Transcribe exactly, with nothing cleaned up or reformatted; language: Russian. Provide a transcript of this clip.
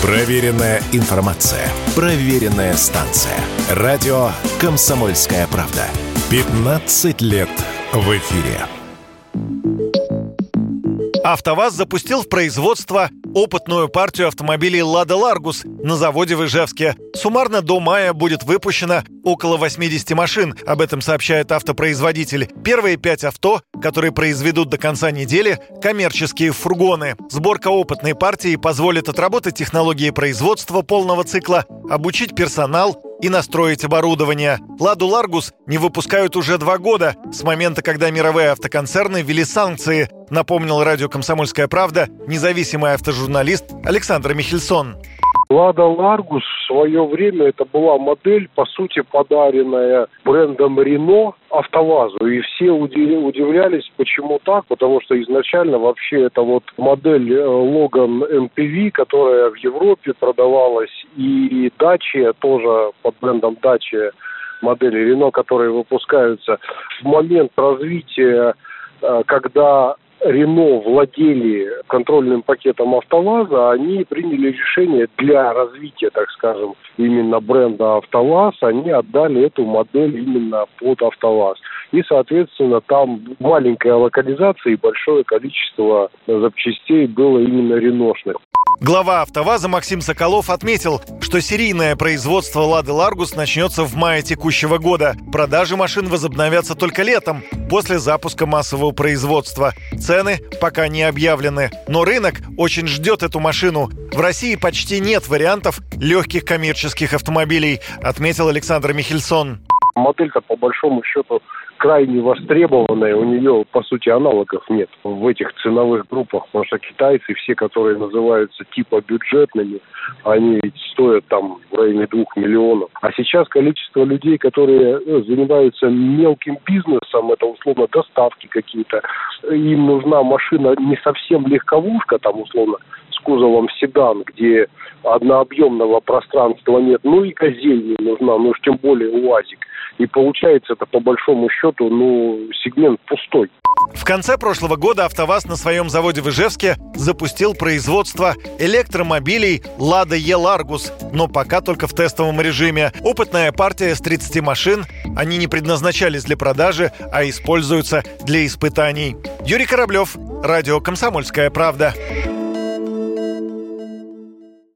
Проверенная информация. Проверенная станция. Радио «Комсомольская правда». пятнадцать лет в эфире. АвтоВАЗ запустил в производство опытную партию автомобилей «Лада Ларгус» на заводе в Ижевске. Суммарно до мая будет выпущено около восемьдесят машин. Об этом сообщает автопроизводитель. Первые пять авто, которые произведут до конца недели, коммерческие фургоны. Сборка опытной партии позволит отработать технологии производства полного цикла, обучить персонал и настроить оборудование. «Ладу Ларгус» не выпускают уже два года, с момента, когда мировые автоконцерны ввели санкции, напомнил радио «Комсомольская правда» независимый автожурналист Александр Михельсон. «Лада Ларгус» в свое время это была модель, по сути, подаренная брендом Рено АвтоВАЗу. И все удивлялись, почему так, потому что изначально вообще это вот модель Logan эм пи ви, которая в Европе продавалась, и Dacia тоже под брендом Dacia, модели Рено, которые выпускаются. В момент развития, когда Рено владели контрольным пакетом АвтоВАЗа, они приняли решение для развития, так скажем, именно бренда АвтоВАЗ, они отдали эту модель именно под АвтоВАЗ. И, соответственно, там маленькая локализация и большое количество запчастей было именно реношных. Глава АвтоВАЗа Максим Соколов отметил, что серийное производство «Лады Ларгус» начнется в мае текущего года. Продажи машин возобновятся только летом, после запуска массового производства. Цены пока не объявлены, но рынок очень ждет эту машину. В России почти нет вариантов легких коммерческих автомобилей, отметил Александр Михельсон. Модель-то по большому счету крайне востребованная, у нее, по сути, аналогов нет в этих ценовых группах, потому что китайцы, все, которые называются типа бюджетными, они ведь стоят там в районе двух миллионов. А сейчас количество людей, которые ну, занимаются мелким бизнесом, это условно доставки какие-то, им нужна машина не совсем легковушка, там условно с кузовом седан, где однообъемного пространства нет, ну и газель не нужна, ну уж тем более УАЗик. И получается это по большому счету, ну, сегмент пустой. В конце прошлого года АвтоВАЗ на своем заводе в Ижевске запустил производство электромобилей «Лада Е Ларгус», но пока только в тестовом режиме. Опытная партия с тридцати машин, они не предназначались для продажи, а используются для испытаний. Юрий Кораблев, радио «Комсомольская правда».